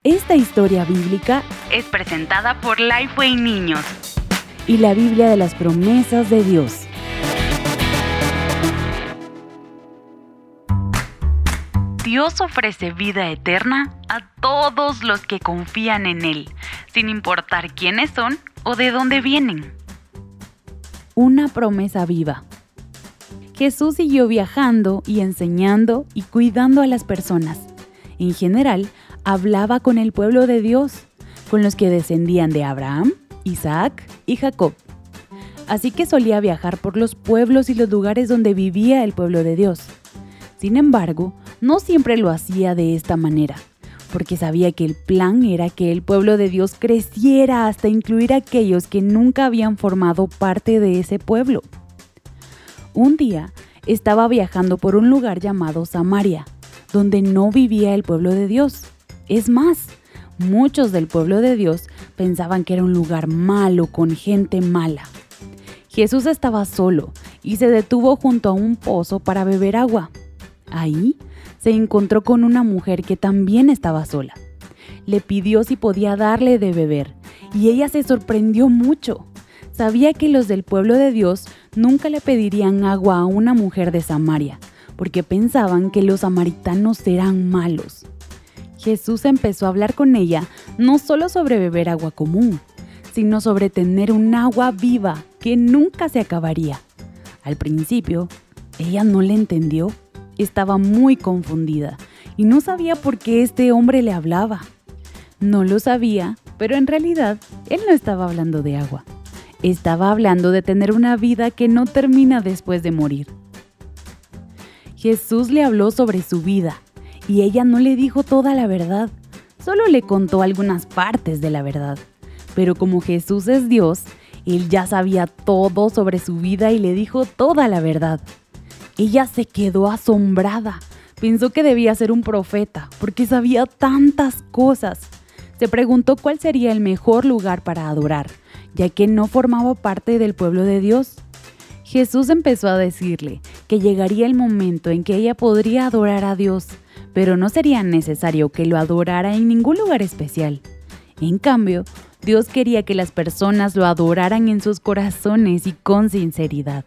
Esta historia bíblica es presentada por Lifeway Niños y la Biblia de las promesas de Dios. Dios ofrece vida eterna a todos los que confían en Él, sin importar quiénes son o de dónde vienen. Una promesa viva. Jesús siguió viajando y enseñando y cuidando a las personas. En general, hablaba con el pueblo de Dios, con los que descendían de Abraham, Isaac y Jacob. Así que solía viajar por los pueblos y los lugares donde vivía el pueblo de Dios. Sin embargo, no siempre lo hacía de esta manera, porque sabía que el plan era que el pueblo de Dios creciera hasta incluir a aquellos que nunca habían formado parte de ese pueblo. Un día, estaba viajando por un lugar llamado Samaria, donde no vivía el pueblo de Dios. Es más, muchos del pueblo de Dios pensaban que era un lugar malo con gente mala. Jesús estaba solo y se detuvo junto a un pozo para beber agua. Ahí se encontró con una mujer que también estaba sola. Le pidió si podía darle de beber y ella se sorprendió mucho. Sabía que los del pueblo de Dios nunca le pedirían agua a una mujer de Samaria, porque pensaban que los samaritanos eran malos. Jesús empezó a hablar con ella no solo sobre beber agua común, sino sobre tener un agua viva que nunca se acabaría. Al principio, ella no le entendió. Estaba muy confundida y no sabía por qué este hombre le hablaba. No lo sabía, pero en realidad él no estaba hablando de agua. Estaba hablando de tener una vida que no termina después de morir. Jesús le habló sobre su vida y ella no le dijo toda la verdad. Solo le contó algunas partes de la verdad. Pero como Jesús es Dios, Él ya sabía todo sobre su vida y le dijo toda la verdad. Ella se quedó asombrada. Pensó que debía ser un profeta, porque sabía tantas cosas. Se preguntó cuál sería el mejor lugar para adorar, ya que no formaba parte del pueblo de Dios. Jesús empezó a decirle que llegaría el momento en que ella podría adorar a Dios, pero no sería necesario que lo adorara en ningún lugar especial. En cambio, Dios quería que las personas lo adoraran en sus corazones y con sinceridad.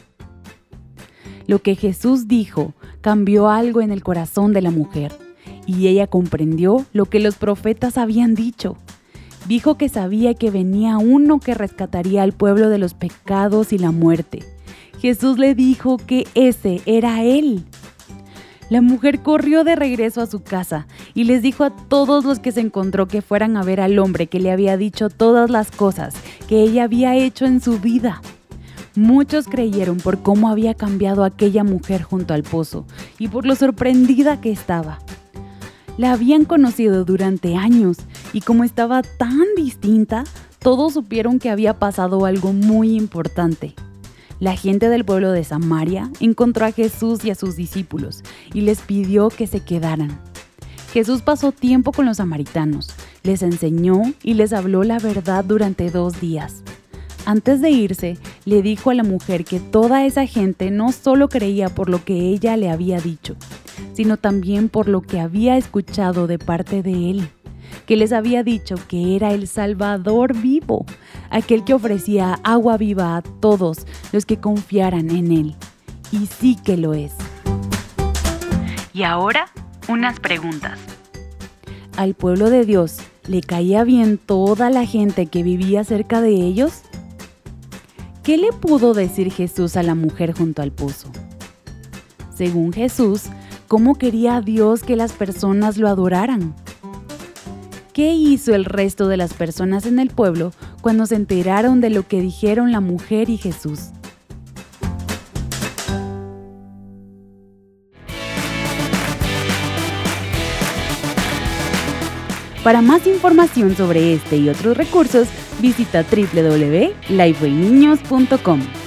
Lo que Jesús dijo cambió algo en el corazón de la mujer, y ella comprendió lo que los profetas habían dicho. Dijo que sabía que venía uno que rescataría al pueblo de los pecados y la muerte. Jesús le dijo que ese era Él. La mujer corrió de regreso a su casa y les dijo a todos los que se encontró que fueran a ver al hombre que le había dicho todas las cosas que ella había hecho en su vida. Muchos creyeron por cómo había cambiado aquella mujer junto al pozo y por lo sorprendida que estaba. La habían conocido durante años y como estaba tan distinta, todos supieron que había pasado algo muy importante. La gente del pueblo de Samaria encontró a Jesús y a sus discípulos y les pidió que se quedaran. Jesús pasó tiempo con los samaritanos, les enseñó y les habló la verdad durante 2 días. Antes de irse, le dijo a la mujer que toda esa gente no solo creía por lo que ella le había dicho, sino también por lo que había escuchado de parte de Él, que les había dicho que era el Salvador vivo, aquel que ofrecía agua viva a todos los que confiaran en Él. Y sí que lo es. Y ahora, unas preguntas. ¿Al pueblo de Dios le caía bien toda la gente que vivía cerca de ellos? ¿Qué le pudo decir Jesús a la mujer junto al pozo? Según Jesús, ¿cómo quería Dios que las personas lo adoraran? ¿Qué hizo el resto de las personas en el pueblo cuando se enteraron de lo que dijeron la mujer y Jesús? Para más información sobre este y otros recursos, visita www.lifewayniños.com.